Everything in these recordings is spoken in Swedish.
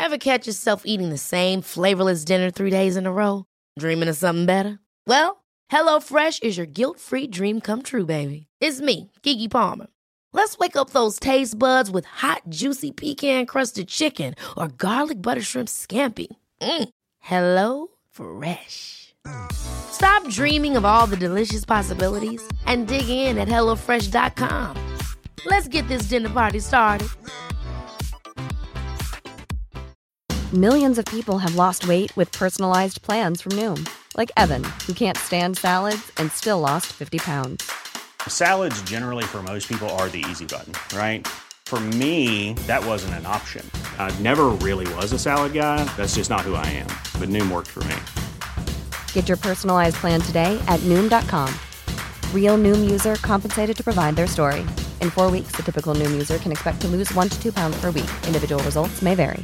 Ever catch yourself eating the same flavorless dinner 3 days in a row? Dreaming of something better? Well, HelloFresh is your guilt-free dream come true, baby. It's me, Keke Palmer. Let's wake up those taste buds with hot, juicy pecan-crusted chicken or garlic butter shrimp scampi. Hello Fresh. Stop dreaming of all the delicious possibilities and dig in at HelloFresh.com. Let's get this dinner party started. Millions of people have lost weight with personalized plans from Noom. Like Evan, who can't stand salads and still lost 50 pounds. Salads generally for most people are the easy button, right? For me, that wasn't an option. I never really was a salad guy. That's just not who I am. But Noom worked for me. Get your personalized plan today at Noom.com. Real Noom user compensated to provide their story. In 4 weeks, the typical Noom user can expect to lose 1 to 2 pounds per week. Individual results may vary.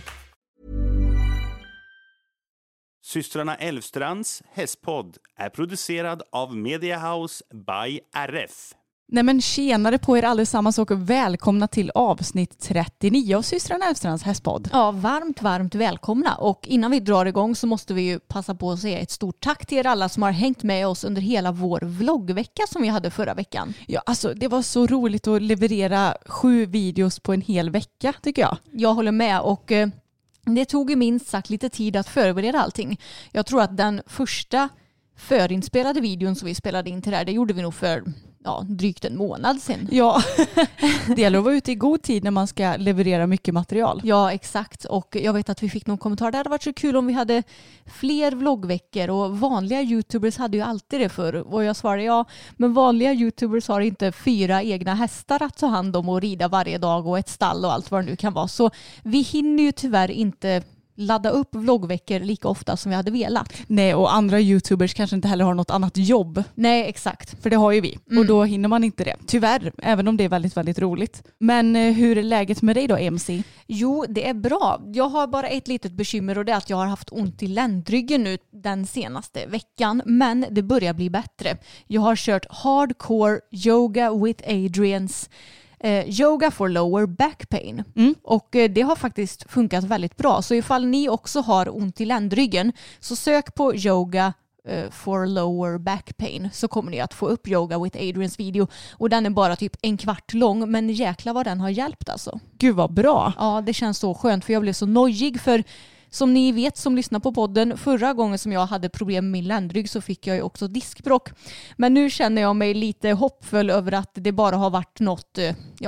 Systrarna Elvstrands hästpodd är producerad av Mediahouse by RF. Nej men tjenare på er allesammans och välkomna till avsnitt 39 av Systrarna Elvstrands hästpodd. Ja, varmt välkomna. Och innan vi drar igång så måste vi ju passa på att säga ett stort tack till er alla som har hängt med oss under hela vår vloggvecka som vi hade förra veckan. Ja, alltså det var så roligt att leverera 7 videos på en hel vecka tycker jag. Jag håller med och det tog ju minst sagt lite tid att förbereda allting. Jag tror att den första förinspelade videon som vi spelade in till det gjorde vi nog för drygt en månad sedan. Ja, det gäller att vara ute i god tid när man ska leverera mycket material. Ja, exakt. Och jag vet att vi fick någon kommentar. Det hade varit så kul om vi hade fler vloggveckor och vanliga YouTubers hade ju alltid det förr. Och jag svarade men vanliga YouTubers har inte 4 egna hästar att ta hand om och rida varje dag och ett stall och allt vad det nu kan vara. Så vi hinner ju tyvärr inte ladda upp vloggveckor lika ofta som vi hade velat. Nej, och andra YouTubers kanske inte heller har något annat jobb. Nej, exakt. För det har ju vi. Och då hinner man inte det. Tyvärr, även om det är väldigt, väldigt roligt. Men hur är läget med dig då, MC? Jo, det är bra. Jag har bara ett litet bekymmer och det är att jag har haft ont i ländryggen nu den senaste veckan. Men det börjar bli bättre. Jag har kört hardcore yoga with Adrians yoga for lower back pain. Och det har faktiskt funkat väldigt bra. Så ifall ni också har ont i ländryggen så sök på yoga for lower back pain så kommer ni att få upp yoga with Adrians video. Och den är bara typ 1 kvart lång, men jäkla vad den har hjälpt alltså. Gud vad bra. Ja, det känns så skönt för jag blev så nojig för som ni vet som lyssnar på podden, förra gången som jag hade problem med min ländrygg så fick jag ju också diskbråck. Men nu känner jag mig lite hoppfull över att det bara har varit något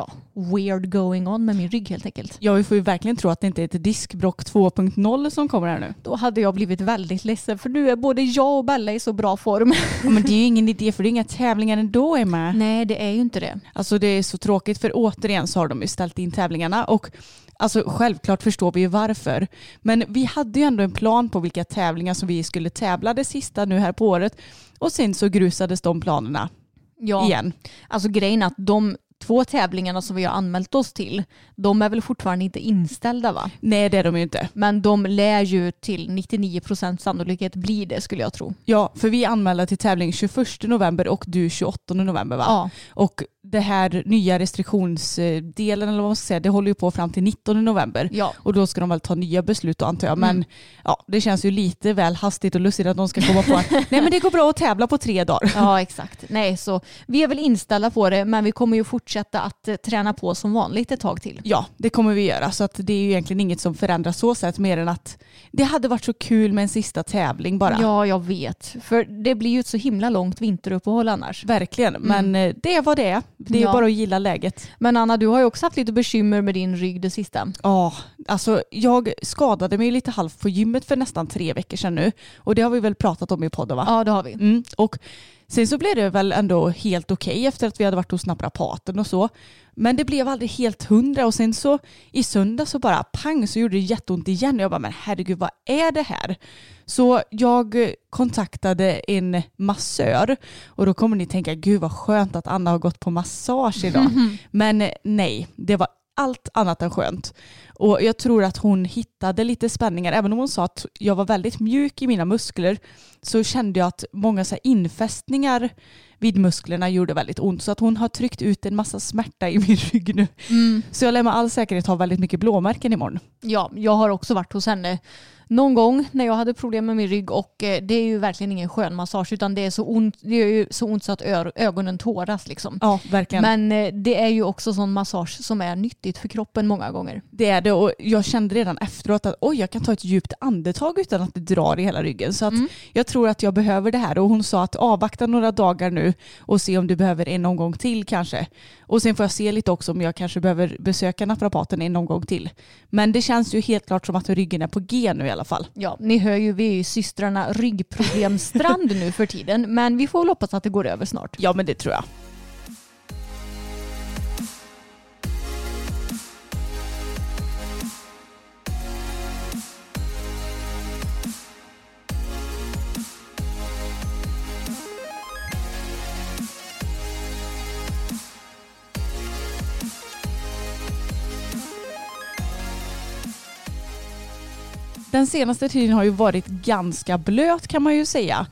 weird going on med min rygg helt enkelt. Ja, vi får ju verkligen tro att det inte är ett diskbråck 2.0 som kommer här nu. Då hade jag blivit väldigt ledsen för nu är både jag och Bella i så bra form. Ja, men det är ju ingen idé för det är inga tävlingar ändå, Emma. Nej, det är ju inte det. Alltså det är så tråkigt för återigen så har de ju ställt in tävlingarna och alltså självklart förstår vi ju varför. Men vi hade ju ändå en plan på vilka tävlingar som vi skulle tävla det sista nu här på året. Och sen så grusades de planerna igen. Alltså grejen är att de 2 tävlingarna som vi har anmält oss till, de är väl fortfarande inte inställda va? Nej, det är de ju inte. Men de lär ju till 99% sannolikhet bli det skulle jag tro. Ja, för vi anmälde till tävling 21 november och du 28 november va? Ja. Och det här nya restriktionsdelen eller vad man ska säga, det håller ju på fram till 19 november. Ja. Och då ska de väl ta nya beslut antar jag. Men det känns ju lite väl hastigt och lustigt att de ska komma på att nej men det går bra att tävla på 3 dagar. Ja, exakt. Nej, så vi är väl inställda på det men vi kommer ju fortsätta att träna på som vanligt ett tag till. Ja, det kommer vi göra. Så att det är ju egentligen inget som förändras så sätt mer än att det hade varit så kul med en sista tävling bara. Ja, jag vet. För det blir ju ett så himla långt vinteruppehåll annars. Verkligen, men det är vad det är. Det är bara att gilla läget. Men Anna, du har ju också haft lite bekymmer med din rygg det sista. Ja, alltså jag skadade mig lite halvt på gymmet för nästan 3 veckor sedan nu. Och det har vi väl pratat om i podden va? Ja, det har vi. Och sen så blev det väl ändå helt okej efter att vi hade varit hos naprapaten och så. Men det blev aldrig helt 100 och sen så i söndag så bara pang så gjorde det jätteont igen. Jag bara men herregud vad är det här? Så jag kontaktade en massör och då kommer ni tänka gud vad skönt att Anna har gått på massage idag. Men nej, det var allt annat än skönt. Och jag tror att hon hittade lite spänningar. Även om hon sa att jag var väldigt mjuk i mina muskler så kände jag att många så här infästningar vid musklerna gjorde väldigt ont. Så att hon har tryckt ut en massa smärta i min rygg nu. Så jag lär med all säkerhet ha väldigt mycket blåmärken imorgon. Ja, jag har också varit hos henne någon gång när jag hade problem med min rygg och det är ju verkligen ingen skön massage utan det är så ont, det är ju så ont så att ögonen tåras liksom. Ja, verkligen. Men det är ju också sån massage som är nyttigt för kroppen många gånger. Det är det och jag kände redan efteråt att jag kan ta ett djupt andetag utan att det drar i hela ryggen. Så att jag tror att jag behöver det här och hon sa att avvakta några dagar nu och se om du behöver en omgång till kanske. Och sen får jag se lite också om jag kanske behöver besöka naprapaten en omgång till. Men det känns ju helt klart som att ryggen är på G nu i alla fall. Ja, ni hör ju, vi är ju systrarna ryggproblemstrand nu för tiden. Men vi får väl hoppas att det går över snart. Ja, men det tror jag. Den senaste tiden har ju varit ganska blöt kan man ju säga.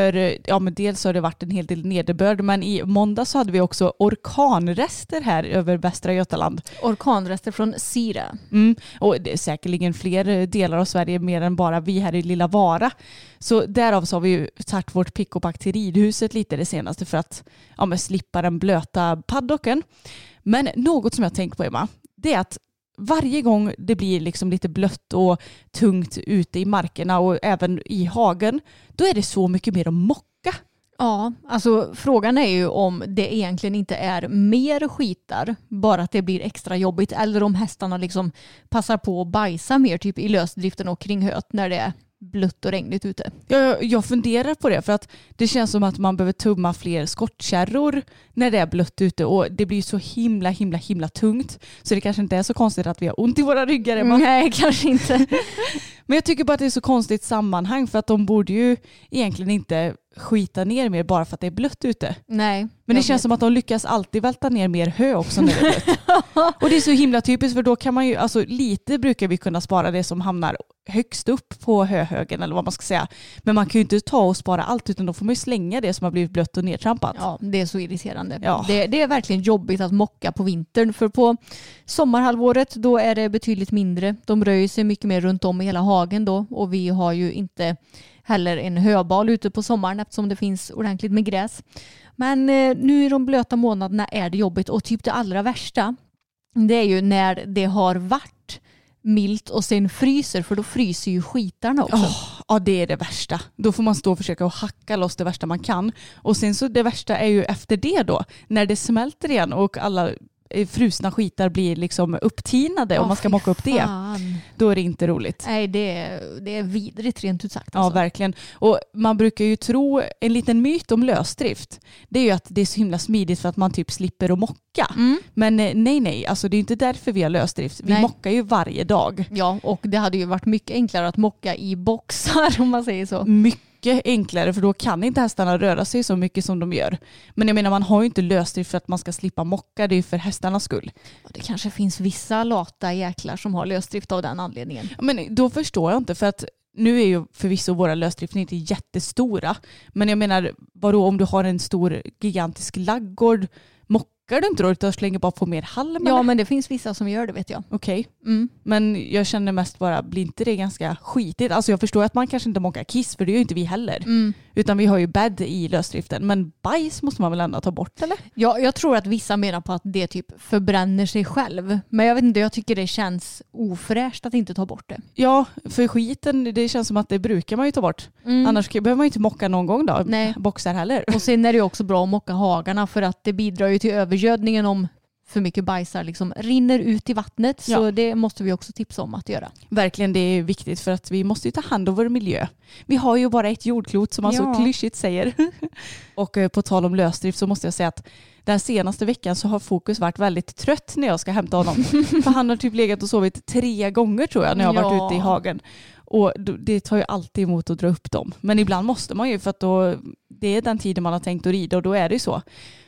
För men dels har det varit en hel del nederbörd men i måndag så hade vi också orkanrester här över Västra Götaland. Orkanrester från Sira. Och det är säkerligen fler delar av Sverige mer än bara vi här i Lilla Vara. Så därav så har vi ju tagit vårt pick och pack till ridhuset lite det senaste för att slippa den blöta paddocken. Men något som jag tänker på Emma, det är att varje gång det blir liksom lite blött och tungt ute i markerna och även i hagen, då är det så mycket mer att mocka. Ja, alltså frågan är ju om det egentligen inte är mer skitar, bara att det blir extra jobbigt, eller om hästarna liksom passar på att bajsa mer typ i lösdriften och kring höet när det är blött och regnigt ute. Jag funderar på det för att det känns som att man behöver tumma fler skottkärror när det är blött ute och det blir så himla tungt så det kanske inte är så konstigt att vi har ont i våra ryggar, Emma. Nej, kanske inte. Men jag tycker bara att det är så konstigt sammanhang för att de borde ju egentligen inte skita ner mer bara för att det är blött ute. Nej. Men det känns som att de lyckas alltid välta ner mer hö också när det är blött. Och det är så himla typiskt för då kan man ju, lite brukar vi kunna spara det som hamnar högst upp på höhögen eller vad man ska säga. Men man kan ju inte ta och spara allt utan då får man ju slänga det som har blivit blött och nedtrampat. Ja, det är så irriterande. Ja. Det är verkligen jobbigt att mocka på vintern för på sommarhalvåret då är det betydligt mindre. De röjer sig mycket mer runt om i hela hagen då och vi har ju inte heller en höbal ute på sommaren eftersom det finns ordentligt med gräs. Men nu i de blöta månaderna är det jobbigt och typ det allra värsta det är ju när det har varit milt och sen fryser för då fryser ju skitarna också. Ja, det är det värsta. Då får man stå och försöka hacka loss det värsta man kan. Och sen så det värsta är ju efter det då när det smälter igen och alla frusna skitar blir liksom upptinade om man ska mocka upp det. Då är det inte roligt. Nej, det är vidrigt rent ut sagt. Ja, verkligen. Och man brukar ju tro, en liten myt om lösdrift, det är ju att det är så himla smidigt för att man typ slipper att mocka. Men nej, alltså det är inte därför vi har lösdrift. Vi mockar ju varje dag. Ja, och det hade ju varit mycket enklare att mocka i boxar om man säger så. Mycket enklare för då kan inte hästarna röra sig så mycket som de gör. Men jag menar man har ju inte lösdrift för att man ska slippa mocka, det är ju för hästarnas skull. Ja, det kanske finns vissa lata jäklar som har lösdrift av den anledningen. Men då förstår jag inte för att nu är ju förvisso våra lösdrifter inte jättestora. Men jag menar, vadå om du har en stor gigantisk laggård, mockar du inte då utan slänger bara på mer halm? Ja, eller? men det finns vissa som gör det vet jag. Okej. Men jag känner mest bara, blir inte det ganska skitigt? Alltså jag förstår att man kanske inte mockar kiss för det gör ju inte vi heller. Utan vi har ju bädd i lösdriften. Men bajs måste man väl ändå ta bort eller? Ja, jag tror att vissa menar på att det typ förbränner sig själv. Men jag vet inte, jag tycker det känns ofräscht att inte ta bort det. Ja, för skiten det känns som att det brukar man ju ta bort. Annars behöver man ju inte mocka någon gång då. Nej. Boxar heller. Och sen är det också bra att mocka hagarna för att det bidrar ju till övergödningen om för mycket bajsar liksom rinner ut i vattnet. Så det måste vi också tipsa om att göra. Verkligen, det är viktigt för att vi måste ju ta hand om vår miljö. Vi har ju bara ett jordklot som man så klyschigt säger. Och på tal om lösdrift så måste jag säga att den senaste veckan så har Fokus varit väldigt trött när jag ska hämta honom. För han har typ legat och sovit 3 gånger tror jag när jag har varit ute i hagen. Och det tar ju alltid emot att dra upp dem. Men ibland måste man ju för att då, det är den tiden man har tänkt att rida och då är det ju så.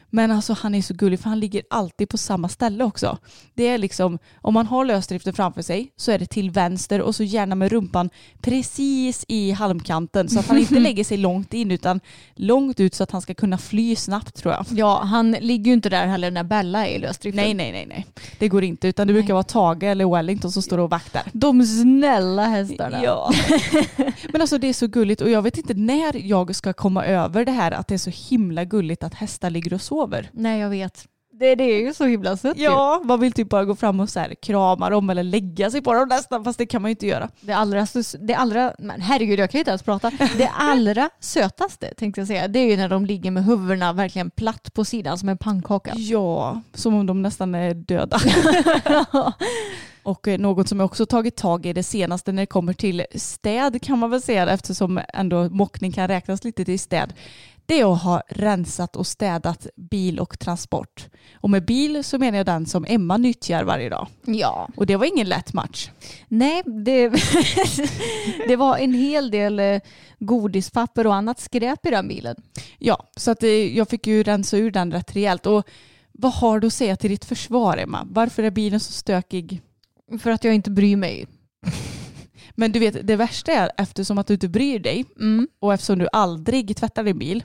Men alltså han är så gullig för han ligger alltid på samma ställe också. Det är liksom, om man har lösdriften framför sig så är det till vänster och så gärna med rumpan precis i halmkanten så att han inte lägger sig långt in utan långt ut så att han ska kunna fly snabbt tror jag. Ja, han ligger ju inte där heller när Bella är i lösdriften. Nej. Det går inte utan det brukar vara Tage eller Wellington som står och vaktar. De snälla hästarna. Ja. Men alltså det är så gulligt och jag vet inte när jag ska komma över det här att det är så himla gulligt att hästar ligger och sover. Nej, jag vet. Det är ju så himla sött. Ja, man vill typ bara gå fram och så här, krama dem eller lägga sig på dem nästan, fast det kan man ju inte göra. Men herregud, jag kan ju inte ens prata. Det allra sötaste tänkte jag säga, det är ju när de ligger med huvudena verkligen platt på sidan som en pannkaka. Ja, som om de nästan är döda. Och något som jag också tagit tag i det senaste när det kommer till städ kan man väl säga, eftersom ändå mockning kan räknas lite till städ. Det är att ha rensat och städat bil och transport. Och med bil så menar jag den som Emma nyttjar varje dag. Ja. Och det var ingen lätt match. Nej, det var en hel del godispapper och annat skräp i den bilen. Ja, så att jag fick ju rensa ur den rätt rejält. Och vad har du att säga till ditt försvar, Emma? Varför är bilen så stökig? För att jag inte bryr mig. Men du vet, det värsta är eftersom att du inte bryr dig och eftersom du aldrig tvättar din bil,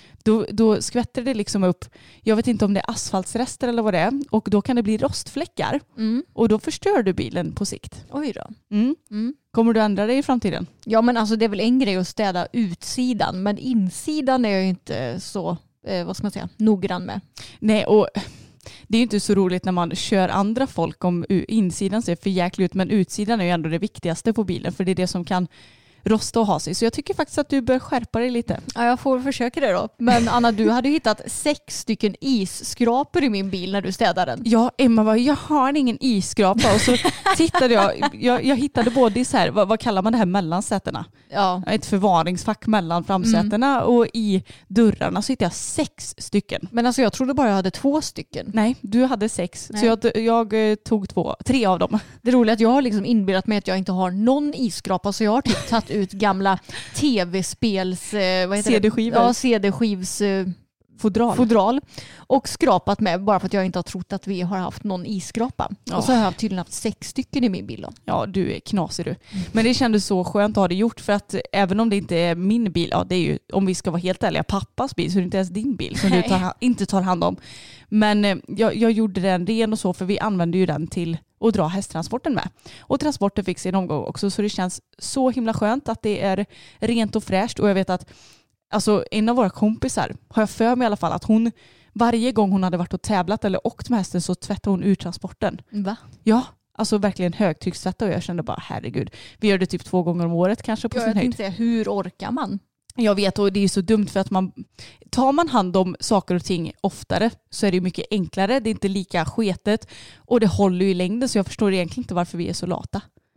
då skvätter det liksom upp, jag vet inte om det är asfaltsrester eller vad det är, och då kan det bli rostfläckar. Och då förstör du bilen på sikt. Oj då. Kommer du ändra dig i framtiden? Ja, men alltså det är väl en grej att städa utsidan, men insidan är jag ju inte så, vad ska man säga, noggrann med. Nej, och det är ju inte så roligt när man kör andra folk om insidan ser för jäkligt ut, men utsidan är ju ändå det viktigaste på bilen för det är det som kan rosta och ha sig. Så jag tycker faktiskt att du bör skärpa dig lite. Ja, jag får försöka det då. Men Anna, du hade ju hittat 6 stycken isskrapor i min bil när du städade den. Ja, Emma var jag har ingen isskrapa och så tittade jag hittade både i så här, vad kallar man det här mellan sätena? Ja. Ett förvaringsfack mellan framsätena och i dörrarna så hittade jag 6 stycken. Men alltså jag trodde bara jag hade 2 stycken. Nej, du hade 6. Nej. Så jag tog 3 av dem. Det roliga är att jag har liksom inbillat mig att jag inte har någon isskrapa så jag har typ tagit ut gamla tv-spels CD-skivor. Ja, CD-skivs fodral och skrapat med bara för att jag inte har trott att vi har haft någon isskrapa. Ja. Och så har jag tydligen haft 6 stycken i min bil då. Ja, du är knasig du. Men det kändes så skönt att ha det gjort för att även om det inte är min bil, ja det är ju om vi ska vara helt ärliga pappas bil så är det inte ens din bil som du inte tar hand om. Men jag gjorde den ren och så för vi använde ju den till att dra hästtransporten med. Och transporten fick sin omgång också så det känns så himla skönt att det är rent och fräscht och jag vet att alltså en av våra kompisar har jag för mig i alla fall att hon varje gång hon hade varit och tävlat eller åkt med hästen så tvättade hon ur transporten. Va? Ja, alltså verkligen högtryckstvätta och jag kände bara herregud. Vi gör det typ 2 gånger om året kanske på sin höjd. Jag tänkte säga, hur orkar man? Jag vet och det är så dumt för att tar man hand om saker och ting oftare så är det mycket enklare. Det är inte lika sketet och det håller ju i längden så jag förstår egentligen inte varför vi är så lata.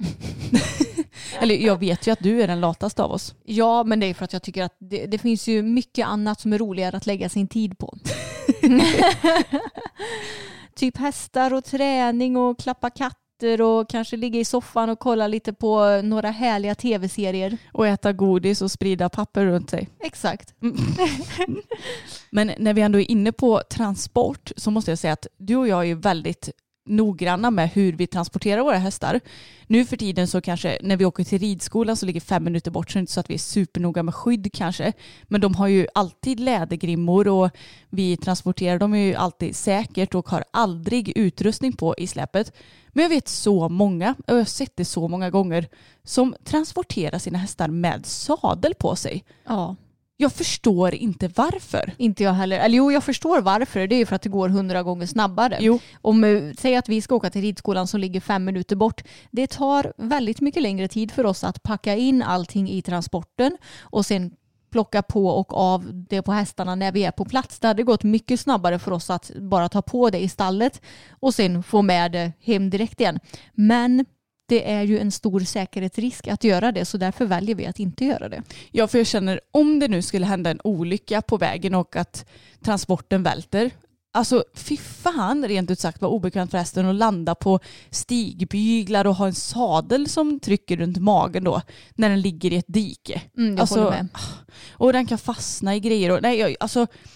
Eller jag vet ju att du är den lataste av oss. Ja, men det är för att jag tycker att det finns ju mycket annat som är roligare att lägga sin tid på. Typ hästar och träning och klappa katter och kanske ligga i soffan och kolla lite på några härliga tv-serier. Och äta godis och sprida papper runt sig. Exakt. Men när vi ändå är inne på transport så måste jag säga att du och jag är väldigt noggranna med hur vi transporterar våra hästar. Nu för tiden så kanske när vi åker till ridskolan så ligger 5 minuter bort så det är inte så att vi är supernoga med skydd kanske. Men de har ju alltid lädergrimmor och vi transporterar dem ju alltid säkert och har aldrig utrustning på i släpet. Men jag vet så många, och jag har sett det så många gånger, som transporterar sina hästar med sadel på sig. Ja. Jag förstår inte varför. Inte jag heller. Eller jo, jag förstår varför. Det är ju för att det går 100 gånger snabbare. Jo. Om säg att vi ska åka till ridskolan som ligger 5 minuter bort. Det tar väldigt mycket längre tid för oss att packa in allting i transporten och sen plocka på och av det på hästarna när vi är på plats. Det hade gått mycket snabbare för oss att bara ta på det i stallet och sen få med det hem direkt igen. Men det är ju en stor säkerhetsrisk att göra det så därför väljer vi att inte göra det. Ja, för jag känner om det nu skulle hända en olycka på vägen och att transporten välter. Alltså fy fan rent ut sagt var obekvämt för hästen att landa på stigbyglar och ha en sadel som trycker runt magen då när den ligger i ett dike. Jag håller med. Och den kan fastna i grejer. Och, nej,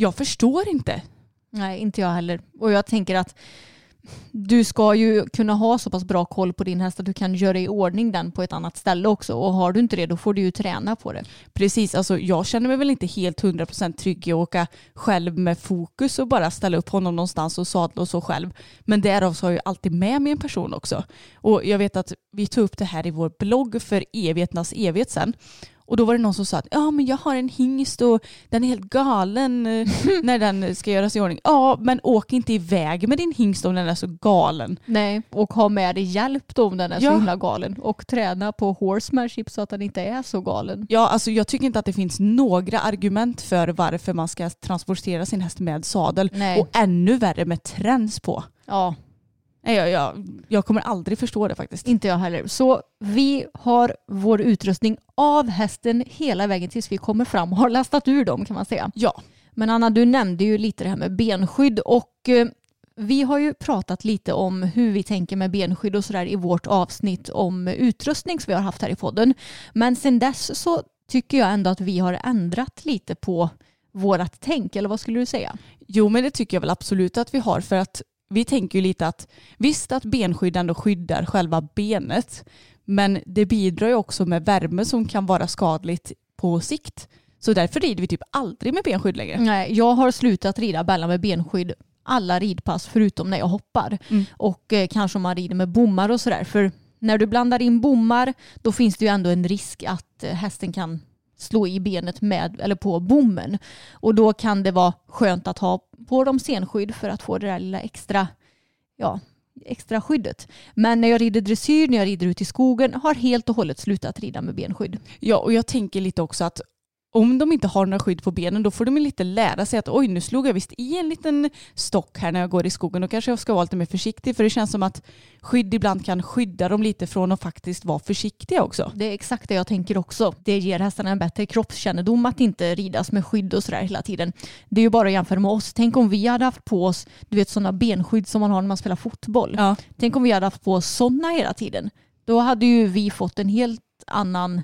jag förstår inte. Nej, inte jag heller. Och jag tänker att du ska ju kunna ha så pass bra koll på din häst att du kan göra i ordning den på ett annat ställe också. Och har du inte det, då får du ju träna på det. Precis, alltså jag känner mig väl inte helt 100% trygg i att åka själv med fokus och bara ställa upp honom någonstans och sadla och så själv. Men därav så har jag alltid med mig en person också. Och jag vet att vi tog upp det här i vår blogg för evigheternas evighet sen. Och då var det någon som sa att men jag har en hingst och den är helt galen när den ska göras i ordning. Ja, men åk inte iväg med din hingst om den är så galen. Nej, och ha med dig hjälp då om den är så himla galen. Och träna på horsemanship så att den inte är så galen. Ja, alltså jag tycker inte att det finns några argument för varför man ska transportera sin häst med sadel. Nej. Och ännu värre med träns på. Ja. Jag kommer aldrig förstå det faktiskt. Inte jag heller. Så vi har vår utrustning av hästen hela vägen tills vi kommer fram och har lastat ur dem, kan man säga. Ja. Men Anna, du nämnde ju lite det här med benskydd och vi har ju pratat lite om hur vi tänker med benskydd och sådär i vårt avsnitt om utrustning som vi har haft här i podden. Men sen dess så tycker jag ändå att vi har ändrat lite på vårat tänk, eller vad skulle du säga? Jo, men det tycker jag väl absolut att vi har, för att vi tänker ju lite att visst att benskydd ändå skyddar själva benet, men det bidrar ju också med värme som kan vara skadligt på sikt. Så därför rider vi typ aldrig med benskydd längre. Nej, jag har slutat rida Bella med benskydd alla ridpass förutom när jag hoppar. Och kanske om man rider med bommar och sådär. För när du blandar in bommar då finns det ju ändå en risk att hästen kan slå i benet med eller på bommen. Och då kan det vara skönt att ha på dem senskydd för att få det där lilla extra skyddet. Men när jag rider dressyr, när jag rider ut i skogen har helt och hållet slutat rida med benskydd. Ja, och jag tänker lite också att om de inte har några skydd på benen då får de lite lära sig att oj, nu slog jag visst i en liten stock här när jag går i skogen. Då kanske jag ska vara lite mer försiktig, för det känns som att skydd ibland kan skydda dem lite från att faktiskt vara försiktiga också. Det är exakt det jag tänker också. Det ger hästarna en bättre kroppskännedom att inte ridas med skydd och sådär hela tiden. Det är ju bara att jämföra med oss. Tänk om vi hade haft på oss, du vet, sådana benskydd som man har när man spelar fotboll. Ja. Tänk om vi hade haft på oss sådana hela tiden. Då hade ju vi fått en helt annan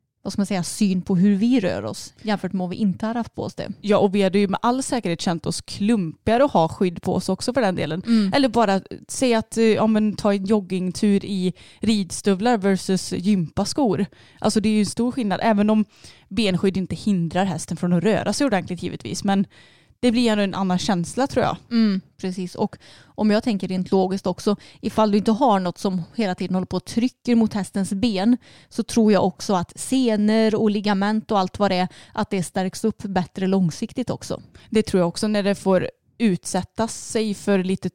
syn på hur vi rör oss jämfört med om vi inte hade haft på oss det. Ja, och vi hade ju med all säkerhet känt oss klumpigare att ha skydd på oss också för den delen. Eller bara säga att ta en joggingtur i ridstövlar versus gympaskor. Alltså det är ju en stor skillnad, även om benskydd inte hindrar hästen från att röra sig ordentligt givetvis. Men det blir ändå en annan känsla, tror jag. Precis, och om jag tänker rent logiskt också, ifall du inte har något som hela tiden håller på och trycker mot hästens ben, så tror jag också att senor och ligament och allt vad det är, att det stärks upp bättre långsiktigt också. Det tror jag också, när det får utsätta sig för lite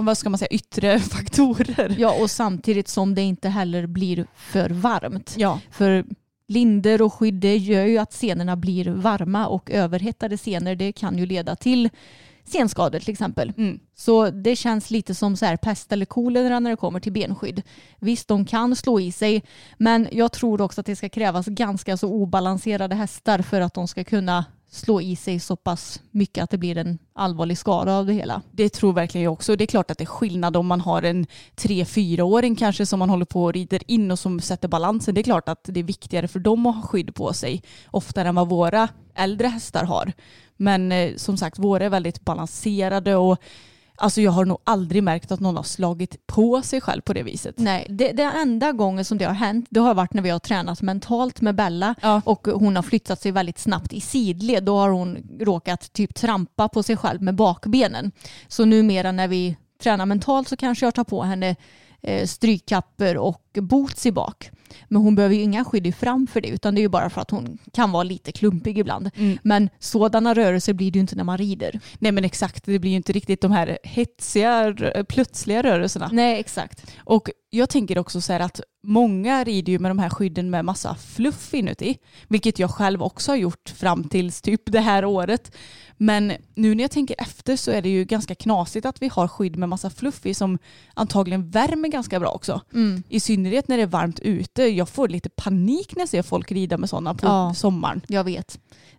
yttre faktorer. Ja, och samtidigt som det inte heller blir för varmt. Ja. För linder och skydd, det gör ju att senorna blir varma, och överhettade senor, det kan ju leda till senskador till exempel. Så det känns lite som så här pest eller kolera när det kommer till benskydd. Visst, de kan slå i sig, men jag tror också att det ska krävas ganska så obalanserade hästar för att de ska kunna slå i sig så pass mycket att det blir en allvarlig skada av det hela. Det tror verkligen jag också. Det är klart att det är skillnad om man har en 3-4-åring kanske som man håller på och rider in och som sätter balansen. Det är klart att det är viktigare för dem att ha skydd på sig oftare än vad våra äldre hästar har. Men som sagt, våra är väldigt balanserade, och alltså jag har nog aldrig märkt att någon har slagit på sig själv på det viset. Nej, det enda gången som det har hänt, det har varit när vi har tränat mentalt med Bella, och hon har flyttat sig väldigt snabbt i sidled. Då har hon råkat typ trampa på sig själv med bakbenen. Så numera när vi tränar mentalt så kanske jag tar på henne strykkapper och boots i bak. Men hon behöver ju inga skydd i fram för det, utan det är ju bara för att hon kan vara lite klumpig ibland. Men sådana rörelser blir det ju inte när man rider. Nej, men exakt, det blir ju inte riktigt de här hetsiga, plötsliga rörelserna. Nej, exakt. Och jag tänker också så här att många rider ju med de här skydden med massa fluff inuti, vilket jag själv också har gjort fram tills typ det här året. Men nu när jag tänker efter så är det ju ganska knasigt att vi har skydd med massa fluff i som antagligen värmer ganska bra också. I synnerhet när det är varmt ute. Jag får lite panik när jag ser folk rida med sådana på sommaren. Jag vet.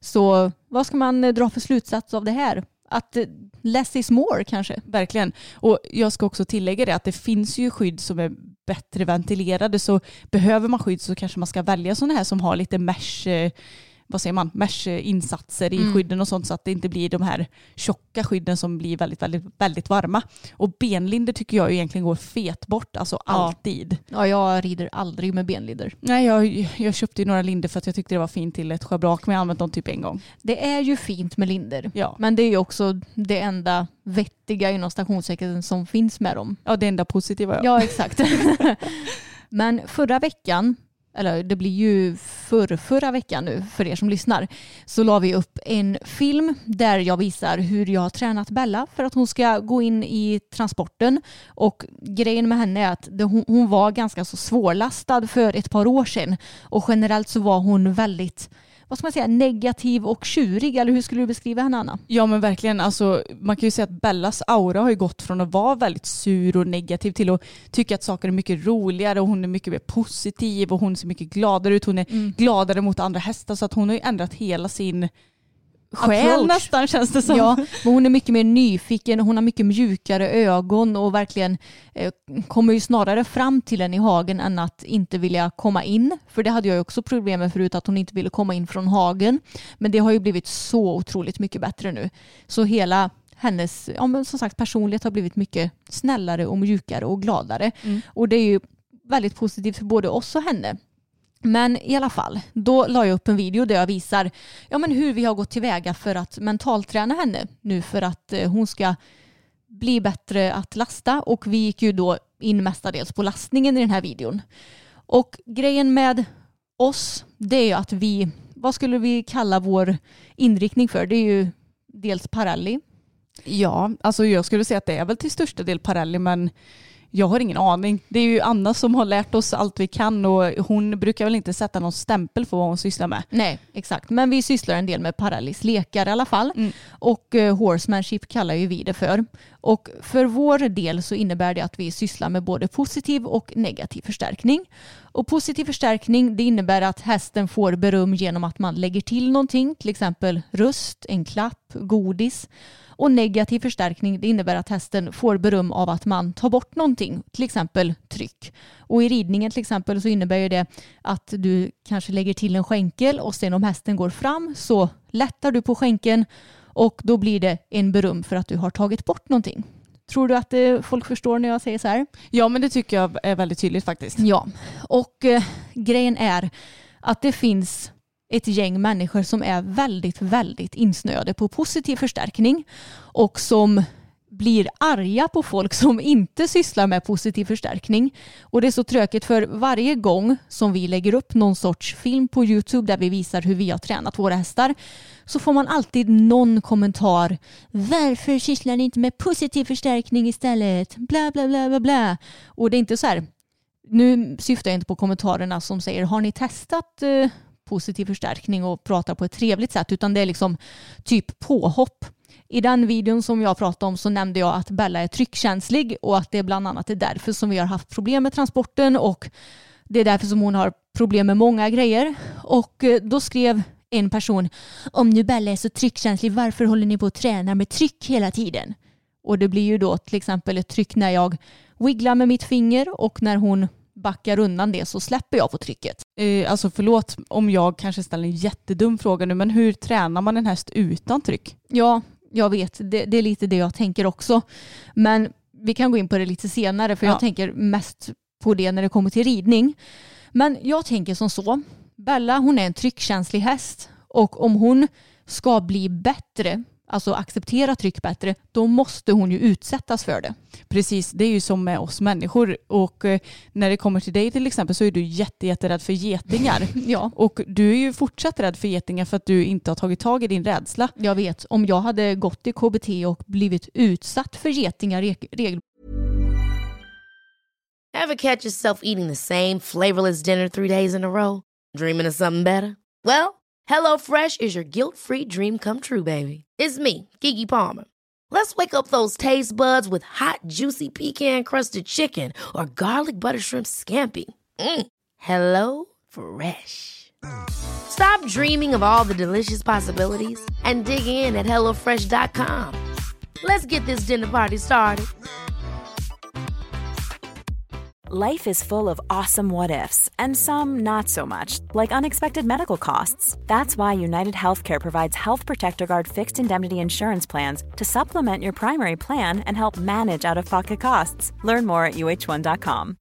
Så vad ska man dra för slutsats av det här? Att less is more kanske. Verkligen. Och jag ska också tillägga det att det finns ju skydd som är bättre ventilerade, så behöver man skydd så kanske man ska välja sådana här som har lite mesh mesh-insatser i skydden och sånt så att det inte blir de här tjocka skydden som blir väldigt, väldigt, väldigt varma. Och benlinder tycker jag egentligen går fet bort, alltså alltid. Ja, jag rider aldrig med benlinder. Nej, jag köpte ju några linder för att jag tyckte det var fint till ett schabrak, men jag har använt dem typ en gång. Det är ju fint med linder, ja. Men det är ju också det enda vettiga inom stationssäkerheten som finns med dem. Ja, det enda positiva. Ja, exakt. Men förra veckan, eller det blir ju förra veckan nu för er som lyssnar, så la vi upp en film där jag visar hur jag har tränat Bella för att hon ska gå in i transporten. Och grejen med henne är att hon var ganska så svårlastad för ett par år sedan, och generellt så var hon väldigt, vad ska man säga, negativ och tjurig, eller hur skulle du beskriva henne, Anna? Ja, men verkligen, alltså, man kan ju säga att Bellas aura har ju gått från att vara väldigt sur och negativ till att tycka att saker är mycket roligare, och hon är mycket mer positiv och hon ser mycket gladare ut, hon är gladare mot andra hästar, så att hon har ju ändrat hela sin själ nästan, känns det som. Ja, men hon är mycket mer nyfiken, hon har mycket mjukare ögon och verkligen kommer ju snarare fram till en i hagen än att inte vilja komma in. För det hade jag ju också problem med förut, att hon inte ville komma in från hagen. Men det har ju blivit så otroligt mycket bättre nu. Så hela hennes, ja, men som sagt, personlighet har blivit mycket snällare och mjukare och gladare. Och det är ju väldigt positivt för både oss och henne. Men i alla fall, då la jag upp en video där jag visar hur vi har gått tillväga för att mentalträna henne nu för att hon ska bli bättre att lasta. Och vi gick ju då in mestadels på lastningen i den här videon. Och grejen med oss, det är ju att vad skulle vi kalla vår inriktning för? Det är ju dels Parelli. Ja, alltså jag skulle säga att det är väl till största del Parelli, men jag har ingen aning. Det är ju Anna som har lärt oss allt vi kan, och hon brukar väl inte sätta någon stämpel för vad hon sysslar med. Nej, exakt. Men vi sysslar en del med Parellis lekar i alla fall. Och horsemanship kallar ju vi det för. Och för vår del så innebär det att vi sysslar med både positiv och negativ förstärkning. Och positiv förstärkning, det innebär att hästen får beröm genom att man lägger till någonting, till exempel röst, en klapp, godis. Och negativ förstärkning, det innebär att hästen får beröm av att man tar bort någonting, till exempel tryck. Och i ridningen till exempel så innebär det att du kanske lägger till en skänkel, och sen om hästen går fram så lättar du på skänkeln, och då blir det en beröm för att du har tagit bort någonting. Tror du att folk förstår när jag säger så här? Ja, men det tycker jag är väldigt tydligt faktiskt. Ja, och grejen är att det finns ett gäng människor som är väldigt, väldigt insnöade på positiv förstärkning och som blir arga på folk som inte sysslar med positiv förstärkning. Och det är så tråkigt, för varje gång som vi lägger upp någon sorts film på YouTube där vi visar hur vi har tränat våra hästar, så får man alltid någon kommentar. Varför sysslar ni inte med positiv förstärkning istället? Bla bla bla bla bla. Och det är inte så här. Nu syftar jag inte på kommentarerna som säger, har ni testat positiv förstärkning och pratar på ett trevligt sätt, utan det är liksom typ påhopp. I den videon som jag pratade om så nämnde jag att Bella är tryckkänslig, och att det bland annat är därför som vi har haft problem med transporten, och det är därför som hon har problem med många grejer. Och då skrev en person, om nu Bella är så tryckkänslig, varför håller ni på att träna med tryck hela tiden? Och det blir ju då till exempel ett tryck när jag wigglar med mitt finger, och när hon backar undan det så släpper jag på trycket. Alltså förlåt om jag kanske ställer en jättedum fråga nu, men hur tränar man en häst utan tryck? Ja, jag vet. Det är lite det jag tänker också. Men vi kan gå in på det lite senare, för jag tänker mest på det när det kommer till ridning. Men jag tänker som så. Bella, hon är en tryckkänslig häst, och om hon ska bli bättre, alltså acceptera tryck bättre, då måste hon ju utsättas för det. Precis, det är ju som med oss människor, och när det kommer till dig till exempel så är du jätterädd för getingar. Ja. Och du är ju fortsatt rädd för getingar för att du inte har tagit tag i din rädsla. Jag vet, om jag hade gått i KBT och blivit utsatt för getingar Ever catch yourself eating the same flavorless dinner 3 days in a row? Dreaming of something better? Well, HelloFresh is your guilt-free dream come true, baby. It's me, Keke Palmer. Let's wake up those taste buds with hot, juicy pecan-crusted chicken or garlic butter shrimp scampi. Hello Fresh. Stop dreaming of all the delicious possibilities and dig in at HelloFresh.com. Let's get this dinner party started. Life is full of awesome what-ifs, and some not so much, like unexpected medical costs. That's why United Healthcare provides Health Protector Guard fixed indemnity insurance plans to supplement your primary plan and help manage out-of-pocket costs. Learn more at uh1.com.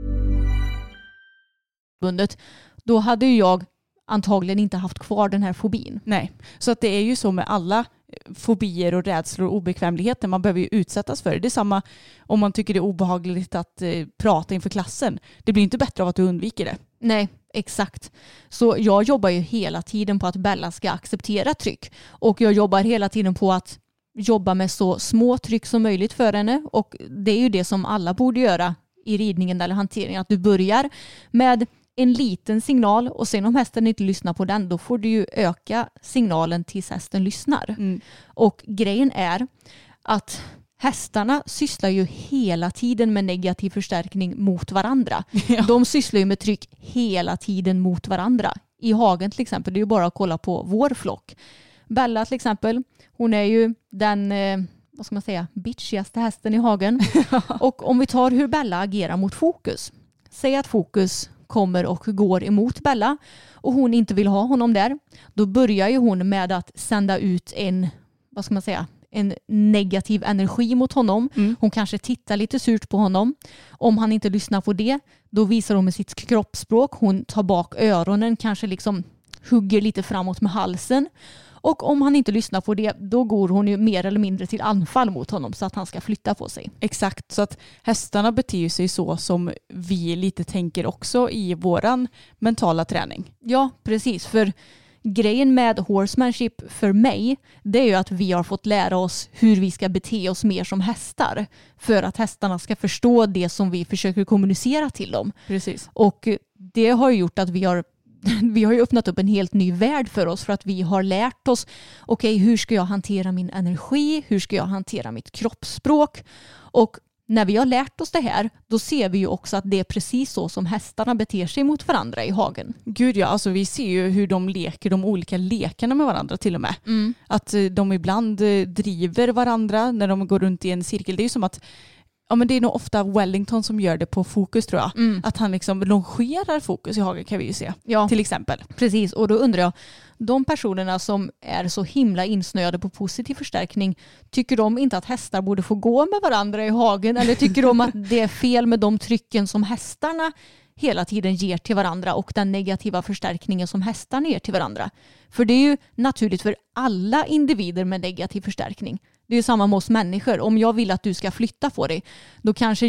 Då hade ju jag antagligen inte haft kvar den här fobin. Nej, så att det är ju så med alla fobier och rädslor och obekvämligheter. Man behöver ju utsättas för det. Det är samma om man tycker det är obehagligt att prata inför klassen. Det blir inte bättre av att du undviker det. Nej, exakt. Så jag jobbar ju hela tiden på att Bella ska acceptera tryck. Och jag jobbar hela tiden på att jobba med så små tryck som möjligt för henne. Och det är ju det som alla borde göra i ridningen eller hanteringen. Att du börjar med en liten signal och sen om hästen inte lyssnar på den, då får du ju öka signalen tills hästen lyssnar. Mm. Och grejen är att hästarna sysslar ju hela tiden med negativ förstärkning mot varandra. Ja. De sysslar ju med tryck hela tiden mot varandra. I hagen till exempel, det är ju bara att kolla på vår flock. Bella till exempel, hon är ju den vad ska man säga, bitchigaste hästen i hagen. Och om vi tar hur Bella agerar mot Fokus. Säg att Fokus kommer och går emot Bella och hon inte vill ha honom där. Då börjar ju hon med att sända ut en, vad ska man säga, en negativ energi mot honom. Mm. Hon kanske tittar lite surt på honom. Om han inte lyssnar på det, då visar hon med sitt kroppsspråk. Hon tar bak öronen, kanske liksom hugger lite framåt med halsen. Och om han inte lyssnar på det, då går hon ju mer eller mindre till anfall mot honom så att han ska flytta på sig. Exakt, så att hästarna beter sig så som vi lite tänker också i våran mentala träning. Ja, precis. För grejen med horsemanship för mig, det är ju att vi har fått lära oss hur vi ska bete oss mer som hästar. För att hästarna ska förstå det som vi försöker kommunicera till dem. Precis. Och det har ju gjort att vi har ju öppnat upp en helt ny värld för oss för att vi har lärt oss okej, hur ska jag hantera min energi? Hur ska jag hantera mitt kroppsspråk? Och när vi har lärt oss det här, då ser vi ju också att det är precis så som hästarna beter sig mot varandra i hagen. Gud ja, alltså vi ser ju hur de leker de olika lekarna med varandra till och med. Mm. Att de ibland driver varandra när de går runt i en cirkel. Det är ju som att ja, men det är nog ofta Wellington som gör det på Fokus tror jag. Mm. Att han liksom longerar Fokus i hagen kan vi ju se. Ja. Till exempel. Precis, och då undrar jag, de personerna som är så himla insnöade på positiv förstärkning, tycker de inte att hästar borde få gå med varandra i hagen? Eller tycker de att det är fel med de trycken som hästarna hela tiden ger till varandra och den negativa förstärkningen som hästarna ger till varandra? För det är ju naturligt för alla individer med negativ förstärkning. Det är ju samma med oss människor. Om jag vill att du ska flytta på dig, då kanske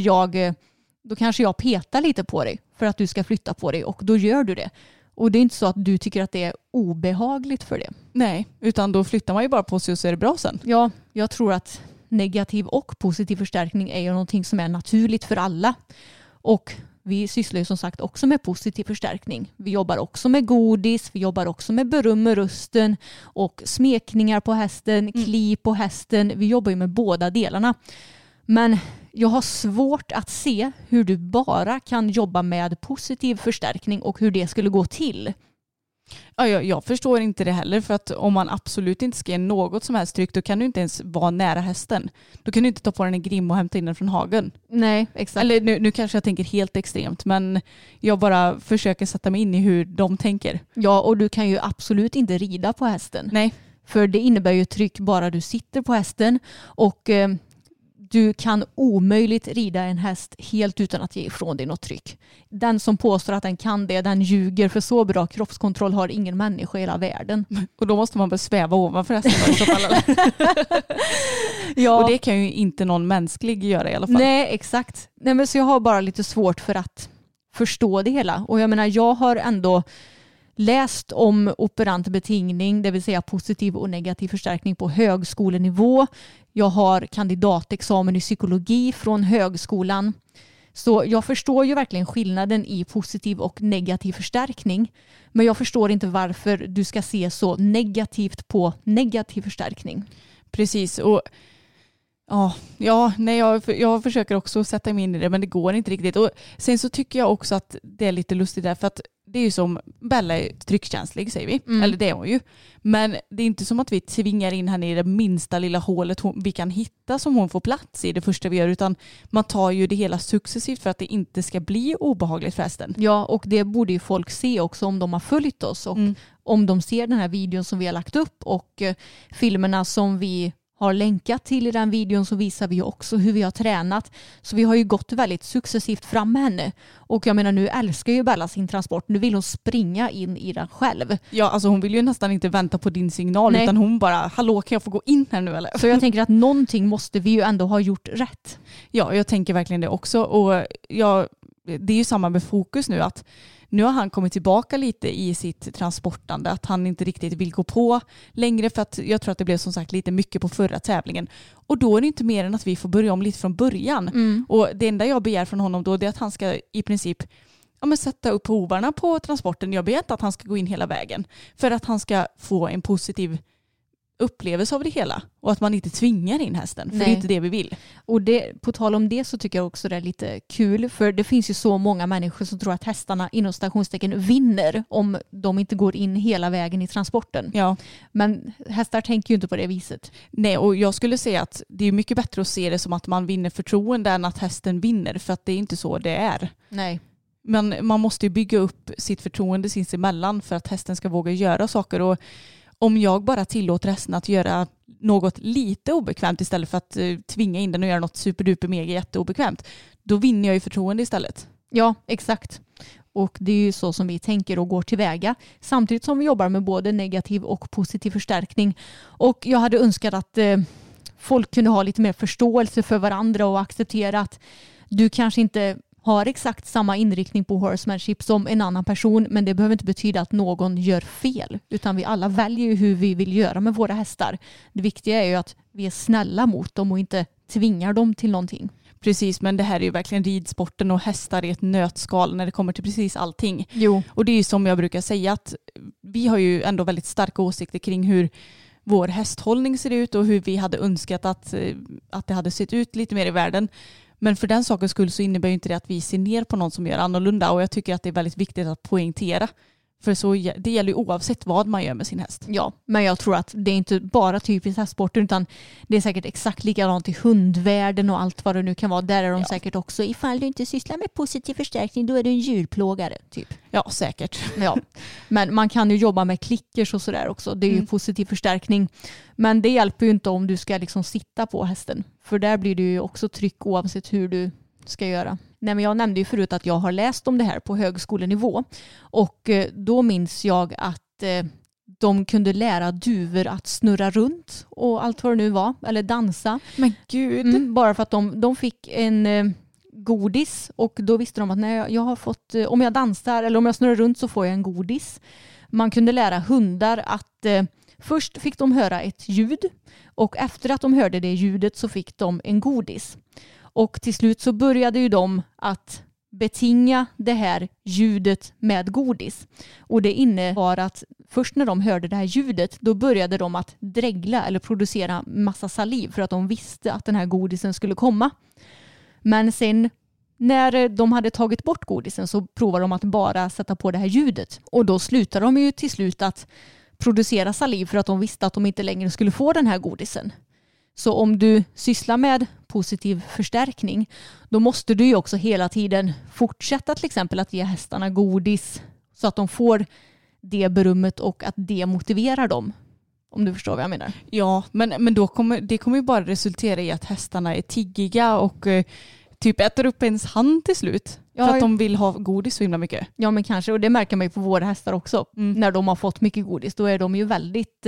jag petar lite på dig för att du ska flytta på dig och då gör du det. Och det är inte så att du tycker att det är obehagligt för det. Nej, utan då flyttar man ju bara på sig och så är det bra sen. Ja, jag tror att negativ och positiv förstärkning är ju någonting som är naturligt för alla. Och vi sysslar ju som sagt också med positiv förstärkning. Vi jobbar också med godis, vi jobbar också med beröm med rösten och smekningar på hästen, kliv på hästen. Vi jobbar ju med båda delarna. Men jag har svårt att se hur du bara kan jobba med positiv förstärkning och hur det skulle gå till. Ja, jag förstår inte det heller, för att om man absolut inte ska ge något som helst tryck, då kan du inte ens vara nära hästen. Då kan du inte ta på den en grim och hämta in den från hagen. Nej, exakt. Eller nu kanske jag tänker helt extremt, men jag bara försöker sätta mig in i hur de tänker. Ja, och du kan ju absolut inte rida på hästen. Nej. För det innebär ju tryck bara du sitter på hästen och du kan omöjligt rida en häst helt utan att ge ifrån dig något tryck. Den som påstår att den kan det, den ljuger, för så bra kroppskontroll har ingen människa i hela världen. Och då måste man börja sväva ovanför hästen i så fall. Ja. Och det kan ju inte någon mänsklig göra i alla fall. Nej, exakt. Nej, men så jag har bara lite svårt för att förstå det hela. Och jag menar, jag har ändå läst om operant betingning, det vill säga positiv och negativ förstärkning på högskolenivå. Jag har kandidatexamen i psykologi från högskolan. Så jag förstår ju verkligen skillnaden i positiv och negativ förstärkning. Men jag förstår inte varför du ska se så negativt på negativ förstärkning. Precis, och jag försöker också sätta mig in i det, men det går inte riktigt. Och sen så tycker jag också att det är lite lustigt där, för att det är ju som Bella är tryckkänslig säger vi. Eller det är hon ju. Men det är inte som att vi tvingar in henne i det minsta lilla hålet vi kan hitta som hon får plats i det första vi gör. Utan man tar ju det hela successivt för att det inte ska bli obehagligt för hästen. Ja, och det borde ju folk se också om de har följt oss. Och om de ser den här videon som vi har lagt upp och filmerna som vi har länkat till i den videon, så visar vi också hur vi har tränat. Så vi har ju gått väldigt successivt fram med henne. Och jag menar, nu älskar ju Bella sin transport. Nu vill hon springa in i den själv. Ja, alltså hon vill ju nästan inte vänta på din signal. Nej. Utan hon bara, hallå, kan jag få gå in här nu eller? Så jag tänker att någonting måste vi ju ändå ha gjort rätt. Ja, jag tänker verkligen det också. Och det är ju samma med Fokus nu, att nu har han kommit tillbaka lite i sitt transportande, att han inte riktigt vill gå på längre, för att jag tror att det blev som sagt lite mycket på förra tävlingen. Och då är det inte mer än att vi får börja om lite från början. Och det enda jag begär från honom då är att han ska i princip sätta upp hovarna på transporten. Jag begär inte att han ska gå in hela vägen, för att han ska få en positiv upplevelse av det hela och att man inte tvingar in hästen, för det är inte det vi vill. Och på tal om det så tycker jag också det är lite kul, för det finns ju så många människor som tror att hästarna inom stationstecken vinner om de inte går in hela vägen i transporten. Ja. Men hästar tänker ju inte på det viset. Nej, och jag skulle säga att det är mycket bättre att se det som att man vinner förtroende än att hästen vinner, för att det är inte så det är. Nej. Men man måste ju bygga upp sitt förtroende sinsemellan för att hästen ska våga göra saker. Och om jag bara tillåter hästen att göra något lite obekvämt istället för att tvinga in den och göra något superduper mega jätteobekvämt, då vinner jag ju förtroende istället. Ja, exakt. Och det är ju så som vi tänker och går tillväga, samtidigt som vi jobbar med både negativ och positiv förstärkning. Och jag hade önskat att folk kunde ha lite mer förståelse för varandra och acceptera att du kanske inte har exakt samma inriktning på horsemanship som en annan person, men det behöver inte betyda att någon gör fel, utan vi alla väljer ju hur vi vill göra med våra hästar. Det viktiga är ju att vi är snälla mot dem och inte tvingar dem till någonting. Precis, men det här är ju verkligen ridsporten och hästar i ett nötskal när det kommer till precis allting. Jo. Och det är ju som jag brukar säga, att vi har ju ändå väldigt starka åsikter kring hur vår hästhållning ser ut och hur vi hade önskat att det hade sett ut lite mer i världen. Men för den sakens skull så innebär ju inte det att vi ser ner på någon som gör annorlunda, och jag tycker att det är väldigt viktigt att poängtera. För det gäller ju oavsett vad man gör med sin häst. Ja, men jag tror att det är inte bara typiskt hästsporter, utan det är säkert exakt likadant i hundvärlden och allt vad det nu kan vara. Där är de säkert också, ifall du inte sysslar med positiv förstärkning, då är du en djurplågare typ. Ja, säkert. Ja, men man kan ju jobba med klickers och sådär också. Det är ju positiv förstärkning. Men det hjälper ju inte om du ska liksom sitta på hästen. För där blir det ju också tryck oavsett hur du ska göra. Nej, men jag nämnde ju förut att jag har läst om det här på högskolenivå. Och då minns jag att de kunde lära duvor att snurra runt och allt vad det nu var. Eller dansa. Men gud. Bara för att de fick en godis, och då visste de att när jag har fått, om jag dansar eller om jag snurrar runt så får jag en godis. Man kunde lära hundar att först fick de höra ett ljud, och efter att de hörde det ljudet så fick de en godis. Och till slut så började ju de att betinga det här ljudet med godis. Och det innebar att först när de hörde det här ljudet, då började de att dregla eller producera massa saliv för att de visste att den här godisen skulle komma. Men sen när de hade tagit bort godisen så provade de att bara sätta på det här ljudet. Och då slutade de ju till slut att producera saliv för att de visste att de inte längre skulle få den här godisen. Så om du sysslar med positiv förstärkning, då måste du ju också hela tiden fortsätta till exempel att ge hästarna godis så att de får det berömmet och att det motiverar dem. Om du förstår vad jag menar. Ja, men då det kommer ju bara resultera i att hästarna är tiggiga och typ äter upp ens hand till slut. Ja, för att de vill ha godis så himla mycket. Ja, men kanske. Och det märker man ju på våra hästar också. När de har fått mycket godis, då är de ju väldigt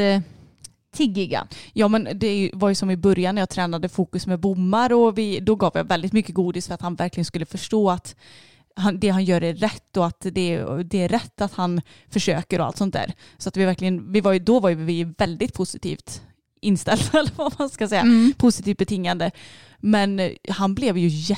tiggiga. Ja, men det var ju som i början när jag tränade Fokus med bommar, och då gav jag väldigt mycket godis för att han verkligen skulle förstå att det han gör är rätt, och att det är rätt att han försöker och allt sånt där. Så att vi verkligen, då var vi väldigt positivt inställda, eller vad man ska säga. Positivt betingande. Men han blev ju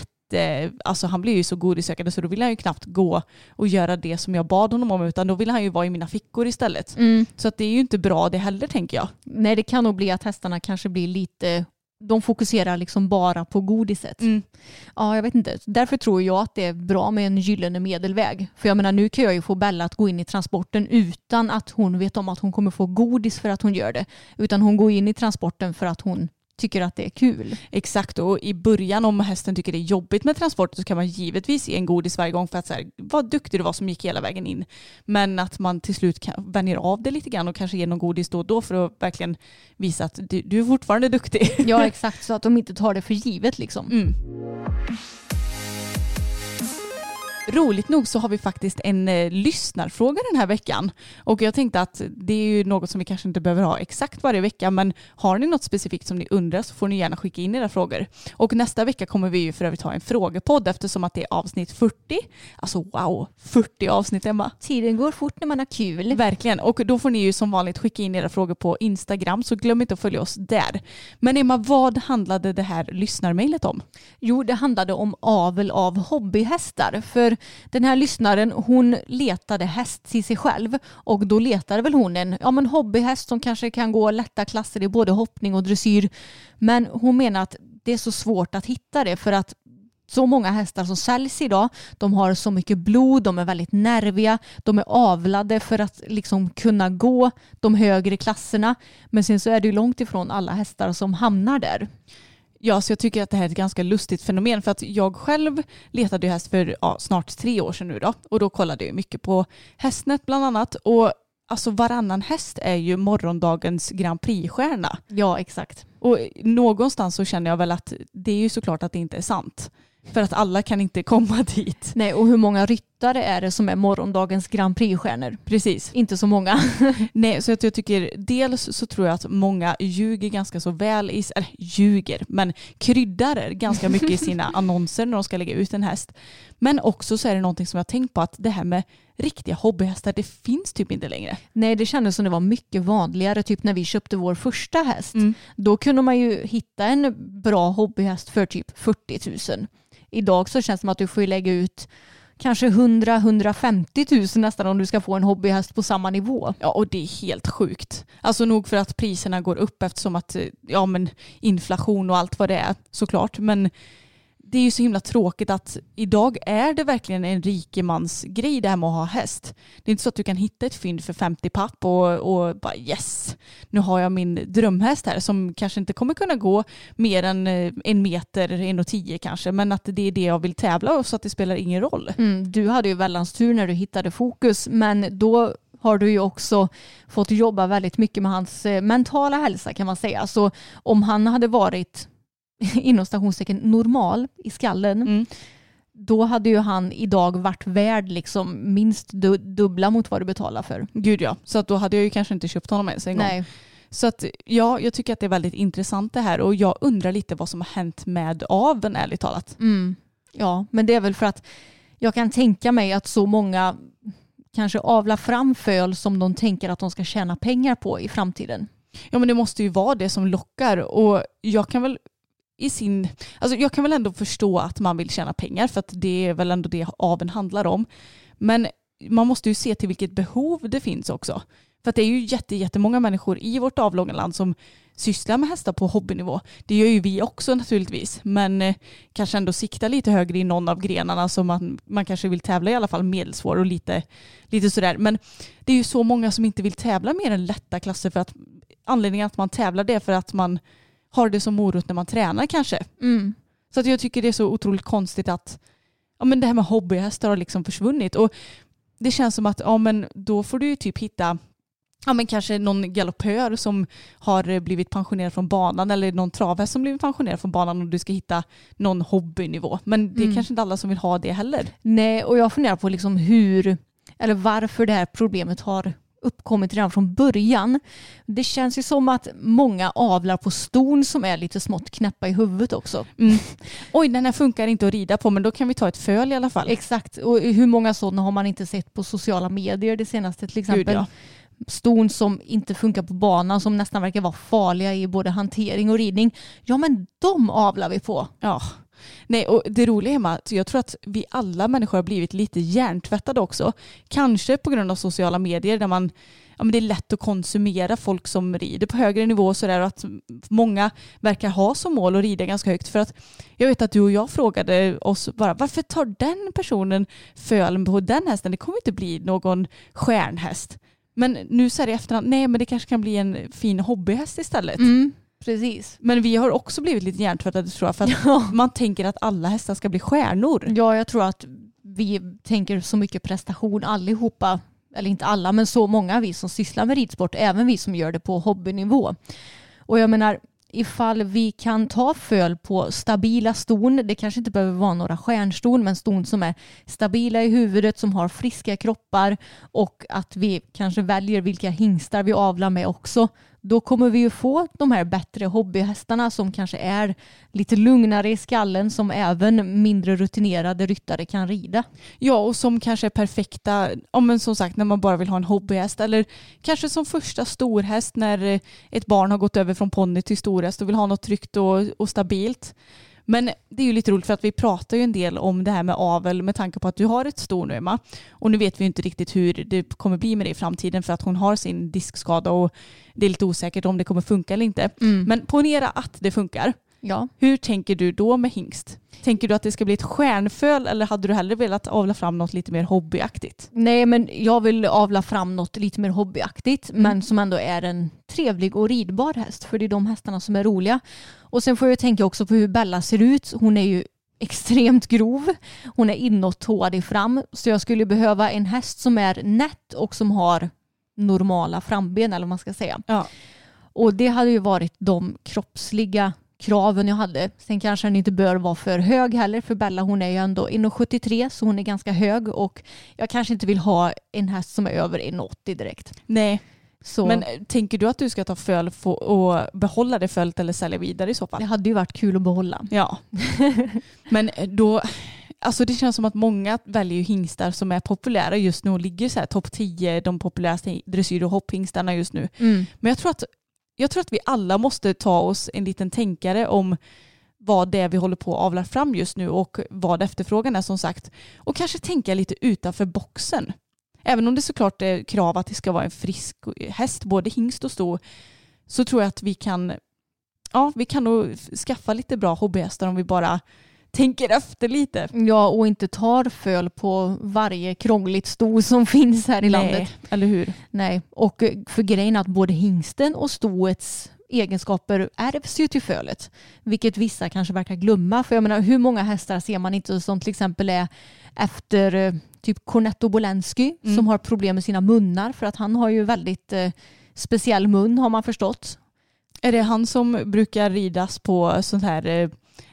han blev ju så godissökande, så då ville han ju knappt gå och göra det som jag bad honom om, utan då ville han ju vara i mina fickor istället. Så att det är ju inte bra det heller, tänker jag. Nej, det kan nog bli att hästarna kanske blir lite de fokuserar liksom bara på godiset. Ja, jag vet inte. Därför tror jag att det är bra med en gyllene medelväg. För jag menar, nu kan jag ju få Bella att gå in i transporten utan att hon vet om att hon kommer få godis för att hon gör det. Utan hon går in i transporten för att hon tycker att det är kul. Exakt, och i början om hästen tycker det är jobbigt med transport så kan man givetvis ge en godis varje gång för att så här, vad duktig du var som gick hela vägen in. Men att man till slut vänjer av det lite grann och kanske ger någon godis då för att verkligen visa att du är fortfarande duktig. Ja, exakt, så att de inte tar det för givet liksom. Roligt nog så har vi faktiskt en lyssnarfråga den här veckan. Och jag tänkte att det är ju något som vi kanske inte behöver ha exakt varje vecka. Men har ni något specifikt som ni undrar så får ni gärna skicka in era frågor. Och nästa vecka kommer vi ju för övrigt ha en frågepodd eftersom att det är avsnitt 40. Alltså wow, 40 avsnitt, Emma. Tiden går fort när man har kul. Verkligen, och då får ni ju som vanligt skicka in era frågor på Instagram så glöm inte att följa oss där. Men Emma, vad handlade det här lyssnarmejlet om? Jo, det handlade om avel av hobbyhästar. För den här lyssnaren, hon letade häst till sig själv och då letade väl hon en hobbyhäst som kanske kan gå lätta klasser i både hoppning och dressyr. Men hon menar att det är så svårt att hitta det för att så många hästar som säljs idag, de har så mycket blod, de är väldigt nerviga, de är avlade för att liksom kunna gå de högre klasserna. Men sen så är det ju långt ifrån alla hästar som hamnar där. Ja, så jag tycker att det här är ett ganska lustigt fenomen för att jag själv letade häst för snart 3 år sedan nu då. Och då kollade jag mycket på Hästnet bland annat. Och alltså varannan häst är ju morgondagens Grand Prix-stjärna. Ja, exakt. Och någonstans så känner jag väl att det är ju såklart att det inte är sant. För att alla kan inte komma dit. Nej, och hur många ryttare är det som är morgondagens Grand Prix-stjärnor? Precis. Inte så många. Nej, så att jag tycker dels så tror jag att många ljuger ganska så väl men kryddar ganska mycket i sina annonser när de ska lägga ut en häst. Men också så är det någonting som jag har tänkt på att det här med riktiga hobbyhästar, det finns typ inte längre. Nej, det kändes som det var mycket vanligare typ när vi köpte vår första häst. Då kunde man ju hitta en bra hobbyhäst för typ 40 000. Idag så känns det som att du får lägga ut kanske 100-150 000 nästan om du ska få en hobbyhäst på samma nivå. Ja, och det är helt sjukt. Alltså nog för att priserna går upp eftersom att inflation och allt vad det är såklart. Men det är ju så himla tråkigt att idag är det verkligen en rikemans grej det här med att ha häst. Det är inte så att du kan hitta ett fynd för 50 papp och bara yes, nu har jag min drömhäst här som kanske inte kommer kunna gå mer än 1 meter, 1,10 kanske, men att det är det jag vill tävla och så att det spelar ingen roll. Du hade ju väldans tur när du hittade Fokus, men då har du ju också fått jobba väldigt mycket med hans mentala hälsa kan man säga. Så om han hade varit inom stationstecken normal i skallen, då hade ju han idag varit värd liksom minst dubbla mot vad du betalar för. Gud ja, så att då hade jag ju kanske inte köpt honom ens en gång. Nej. Så att ja, jag tycker att det är väldigt intressant det här och jag undrar lite vad som har hänt med aveln ärligt talat. Ja, men det är väl för att jag kan tänka mig att så många kanske avlar fram föl som de tänker att de ska tjäna pengar på i framtiden. Ja, men det måste ju vara det som lockar och jag kan väl jag kan väl ändå förstå att man vill tjäna pengar för att det är väl ändå det aveln handlar om. Men man måste ju se till vilket behov det finns också. För att det är ju jättemånga människor i vårt avlånga land som sysslar med hästar på hobbynivå. Det gör ju vi också naturligtvis. Men kanske ändå sikta lite högre i någon av grenarna som man kanske vill tävla i alla fall medelsvår och lite sådär. Men det är ju så många som inte vill tävla mer än lätta klasser för att anledningen att man tävlar det är för att man har det som morot när man tränar kanske. Så att jag tycker det är så otroligt konstigt att det här med hobbyhästar har liksom försvunnit. Och det känns som att då får du ju typ hitta kanske någon galoppör som har blivit pensionerad från banan eller någon travhäst som blivit pensionerad från banan och du ska hitta någon hobbynivå. Men det är kanske inte alla som vill ha det heller. Nej, och jag funderar på liksom varför det här problemet har uppkommit redan från början. Det känns ju som att många avlar på ston som är lite smått knäppa i huvudet också. Oj, den här funkar inte att rida på men då kan vi ta ett föl i alla fall. Exakt, och hur många sådana har man inte sett på sociala medier det senaste till exempel. Gud, ja. Ston som inte funkar på banan som nästan verkar vara farliga i både hantering och ridning. Ja, men de avlar vi på. Ja. Nej, och det roliga är att jag tror att vi alla människor har blivit lite hjärntvättade också. Kanske på grund av sociala medier där man, det är lätt att konsumera folk som rider på högre nivå så där, och att många verkar ha som mål att rida ganska högt. För att jag vet att du och jag frågade oss bara, varför tar den personen föl på den hästen? Det kommer inte bli någon stjärnhäst. Men nu säger jag efterhand, nej, men det kanske kan bli en fin hobbyhäst istället. Precis. Men vi har också blivit lite hjärntvättade, tror jag, för att man tänker att alla hästar ska bli stjärnor. Ja, jag tror att vi tänker så mycket prestation allihopa, eller inte alla, men så många vi som sysslar med ridsport, även vi som gör det på hobbynivå. Och jag menar, ifall vi kan ta föl på stabila ston, det kanske inte behöver vara några stjärnston, men ston som är stabila i huvudet, som har friska kroppar, och att vi kanske väljer vilka hingstar vi avlar med också, då kommer vi ju få de här bättre hobbyhästarna som kanske är lite lugnare i skallen, som även mindre rutinerade ryttare kan rida. Ja, och som kanske är perfekta, men som sagt, när man bara vill ha en hobbyhäst, eller kanske som första storhäst när ett barn har gått över från ponny till storhäst och vill ha något tryggt och stabilt. Men det är ju lite roligt för att vi pratar ju en del om det här med avel med tanke på att du har ett sto nu, Emma. Och nu vet vi inte riktigt hur det kommer bli med det i framtiden för att hon har sin diskskada och det är lite osäkert om det kommer funka eller inte. Men ponera att det funkar. Ja. Hur tänker du då med hingst? Tänker du att det ska bli ett stjärnföl eller hade du hellre velat avla fram något lite mer hobbyaktigt? Nej, men jag vill avla fram något lite mer hobbyaktigt, men som ändå är en trevlig och ridbar häst, för det är de hästarna som är roliga. Och sen får jag tänka också på hur Bella ser ut. Hon är ju extremt grov. Hon är inåttådig fram, så jag skulle behöva en häst som är nätt och som har normala framben, eller vad man ska säga. Ja. Och det hade ju varit de kroppsliga kraven jag hade. Sen kanske den inte bör vara för hög heller, för Bella, hon är ju ändå 1,73, så hon är ganska hög, och jag kanske inte vill ha en häst som är över 1,80 direkt. Nej. Så. Men tänker du att du ska ta föl och behålla det fölet eller sälja vidare i så fall? Det hade ju varit kul att behålla. Ja. Men då, alltså det känns som att många väljer ju hingstar som är populära just nu och ligger så här topp 10, de populäraste dressyr- och hopphingstarna just nu. Men jag tror att vi alla måste ta oss en liten tänkare om vad det är vi håller på att avla fram just nu och vad efterfrågan är, som sagt. Och kanske tänka lite utanför boxen. Även om det såklart är krav att det ska vara en frisk häst, både hingst och sto, så tror jag att vi kan nog skaffa lite bra hobbyhästar om vi bara tänker efter lite. Ja, och inte tar föl på varje krångligt sto som finns här i landet. Eller hur? Nej, och för grejen är att både hingsten och stoets egenskaper ärvs ju till fölet, vilket vissa kanske verkar glömma. För jag menar, hur många hästar ser man inte som till exempel är efter typ Cornetto Bolensky som har problem med sina munnar, för att han har ju väldigt speciell mun, har man förstått. Är det han som brukar ridas på sånt här,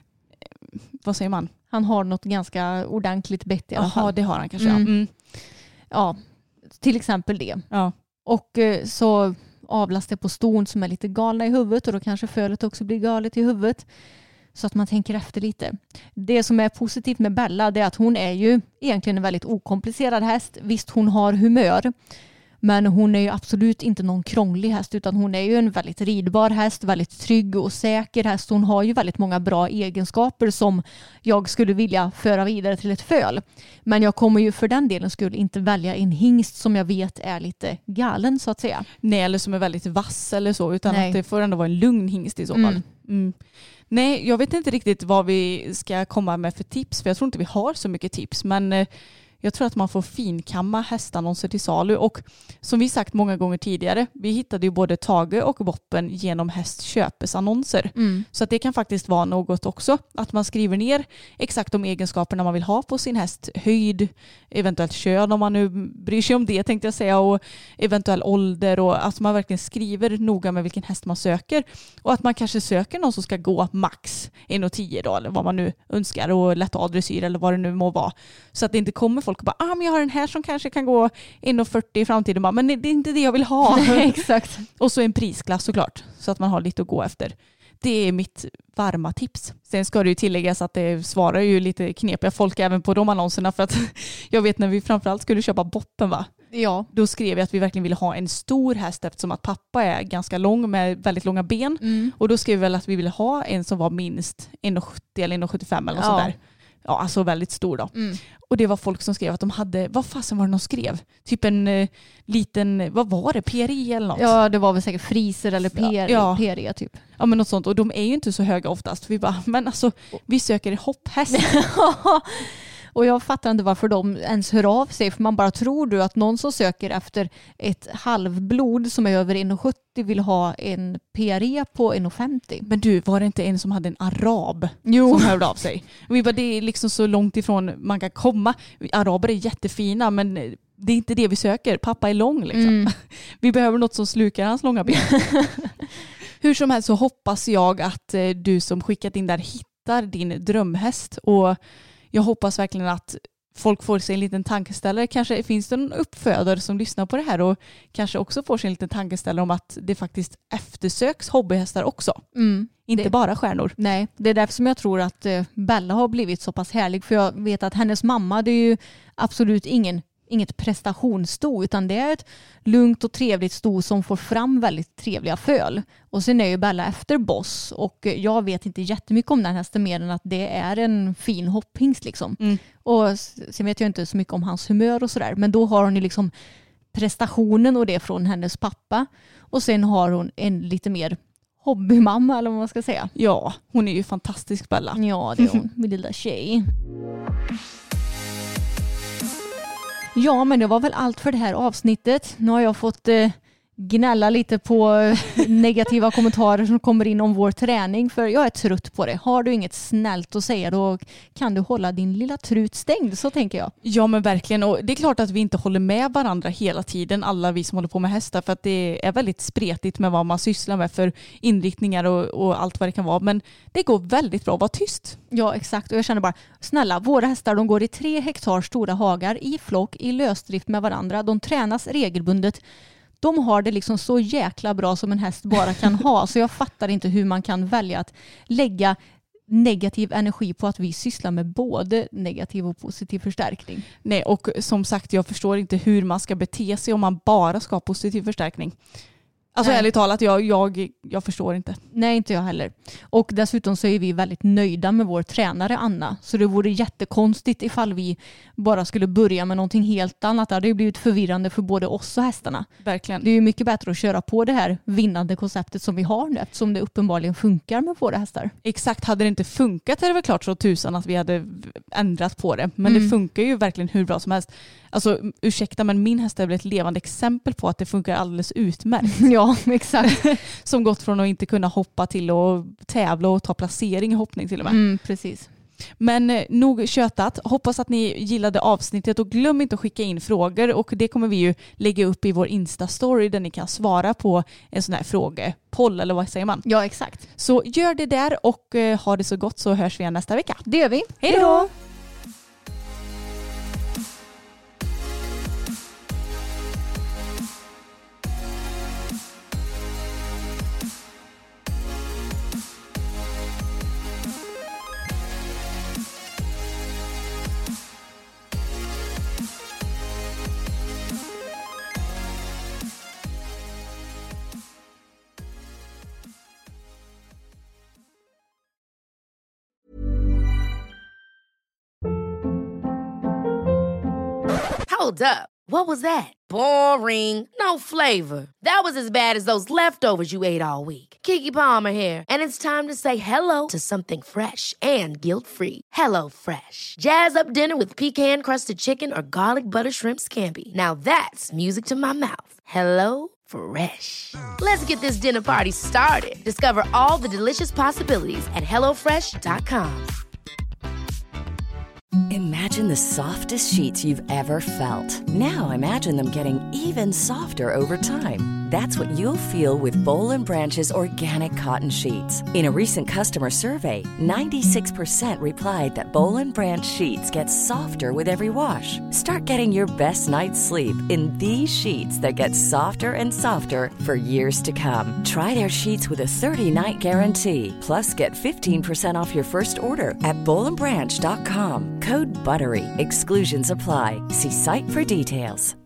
vad säger man? Han har något ganska ordentligt bett i alla fall. Jaha, det har han kanske. Ja, till exempel det. Ja. Och så avlas det på ston som är lite galna i huvudet, och då kanske fölet också blir galet i huvudet. Så att man tänker efter lite. Det som är positivt med Bella, det är att hon är ju egentligen en väldigt okomplicerad häst. Visst, hon har humör, men hon är ju absolut inte någon krånglig häst, utan hon är ju en väldigt ridbar häst, väldigt trygg och säker häst. Hon har ju väldigt många bra egenskaper som jag skulle vilja föra vidare till ett föl. Men jag kommer ju för den delen skulle inte välja en hingst som jag vet är lite galen, så att säga. Nej, eller som är väldigt vass eller så, utan att det får ändå vara en lugn hingst i så fall. Nej, jag vet inte riktigt vad vi ska komma med för tips, för jag tror inte vi har så mycket tips, men jag tror att man får finkamma hästannonser till salu, och som vi sagt många gånger tidigare, vi hittade ju både Tage och Boppen genom hästköpesannonser. Så att det kan faktiskt vara något också, att man skriver ner exakt de egenskaperna man vill ha på sin häst, höjd, eventuellt kön om man nu bryr sig om det, tänkte jag säga, och eventuell ålder, och att man verkligen skriver noga med vilken häst man söker, och att man kanske söker någon som ska gå max 1,10 då, eller vad man nu önskar, och lätt A-dressyr eller vad det nu må vara, så att det inte kommer folk och bara, men jag har den här som kanske kan gå 1,40 i framtiden, men det är inte det jag vill ha. Exakt. Och så en prisklass såklart, så att man har lite att gå efter. Det är mitt varma tips. Sen ska det ju tilläggas att det svarar ju lite knepiga folk även på de annonserna, för att jag vet när vi framförallt skulle köpa Boppen, va? Ja. Då skrev jag att vi verkligen ville ha en stor häst eftersom att pappa är ganska lång med väldigt långa ben. Och då skrev vi väl att vi ville ha en som var minst 1,70 eller 1,75 eller något sånt där. Ja, alltså väldigt stor då. Och det var folk som skrev att de hade, vad fasen var det de skrev? Typ en liten, vad var det? PRI eller något? Ja, det var väl säkert friser eller PRI typ. Ja, men något sånt. Och de är ju inte så höga oftast. Vi bara, men alltså, vi söker hopphäst. Och jag fattar inte varför de ens hör av sig. För man bara tror du att någon som söker efter ett halvblod som är över 1,70 vill ha en PRE på 1,50. Men du, var det inte en som hade en arab som hörde av sig? Och vi bara, det är liksom så långt ifrån man kan komma. Araber är jättefina, men det är inte det vi söker. Pappa är lång liksom. Vi behöver något som slukar hans långa ben. Hur som helst så hoppas jag att du som skickat in där hittar din drömhäst. Och jag hoppas verkligen att folk får sig en liten tankeställare. Kanske finns det någon uppfödare som lyssnar på det här och kanske också får sig en liten tankeställare om att det faktiskt eftersöks hobbyhästar också. Inte bara stjärnor. Nej, det är därför som jag tror att Bella har blivit så pass härlig. För jag vet att hennes mamma, det är ju absolut inget prestationssto, utan det är ett lugnt och trevligt sto som får fram väldigt trevliga föl. Och sen är ju Bella efter Boss, och jag vet inte jättemycket om den hästen mer än att det är en fin hopphingst liksom. Och sen vet jag inte så mycket om hans humör och sådär, men då har hon ju liksom prestationen och det från hennes pappa, och sen har hon en lite mer hobbymamma eller vad man ska säga. Ja, hon är ju fantastisk, Bella. Ja, det är hon, min lilla tjej. Ja, men det var väl allt för det här avsnittet. Nu har jag fått gnälla lite på negativa kommentarer som kommer in om vår träning, för jag är trött på det. Har du inget snällt att säga, då kan du hålla din lilla trut stängd, så tänker jag. Ja, men verkligen. Och det är klart att vi inte håller med varandra hela tiden, alla vi som håller på med hästar, för att det är väldigt spretigt med vad man sysslar med för inriktningar och allt vad det kan vara. Men det går väldigt bra att vara tyst. Ja, exakt. Och jag känner bara, snälla, våra hästar, de går i 3 hektar stora hagar i flock, i lösdrift med varandra. De tränas regelbundet. De har det liksom så jäkla bra som en häst bara kan ha. Så jag fattar inte hur man kan välja att lägga negativ energi på att vi sysslar med både negativ och positiv förstärkning. Nej, och som sagt, jag förstår inte hur man ska bete sig om man bara ska ha positiv förstärkning. Alltså ärligt talat, jag förstår inte. Nej, inte jag heller. Och dessutom så är vi väldigt nöjda med vår tränare Anna. Så det vore jättekonstigt ifall vi bara skulle börja med någonting helt annat. Det hade ju blivit förvirrande för både oss och hästarna. Verkligen. Det är ju mycket bättre att köra på det här vinnande konceptet som vi har nu, eftersom det uppenbarligen funkar med våra hästar. Exakt, hade det inte funkat är det väl klart så tusan att vi hade ändrat på det. Men det funkar ju verkligen hur bra som helst. Alltså ursäkta, men min häst är väl ett levande exempel på att det funkar alldeles utmärkt. Ja, exakt. Som gått från att inte kunna hoppa till att tävla och ta placering i hoppning till och med. Precis. Men nog tjötat. Hoppas att ni gillade avsnittet och glöm inte att skicka in frågor, och det kommer vi ju lägga upp i vår Insta-story där ni kan svara på en sån här frågepoll, eller vad säger man? Ja, exakt. Så gör det där och ha det så gott, så hörs vi igen nästa vecka. Det gör vi. Hej då! Hold up. What was that? Boring. No flavor. That was as bad as those leftovers you ate all week. Keke Palmer here, and it's time to say hello to something fresh and guilt-free. Hello Fresh. Jazz up dinner with pecan-crusted chicken or garlic butter shrimp scampi. Now that's music to my mouth. Hello Fresh. Let's get this dinner party started. Discover all the delicious possibilities at hellofresh.com. Imagine the softest sheets you've ever felt. Now imagine them getting even softer over time. That's what you'll feel with Boll & Branch's organic cotton sheets. In a recent customer survey, 96% replied that Boll & Branch sheets get softer with every wash. Start getting your best night's sleep in these sheets that get softer and softer for years to come. Try their sheets with a 30-night guarantee. Plus, get 15% off your first order at bollandbranch.com. Code BUTTERY. Exclusions apply. See site for details.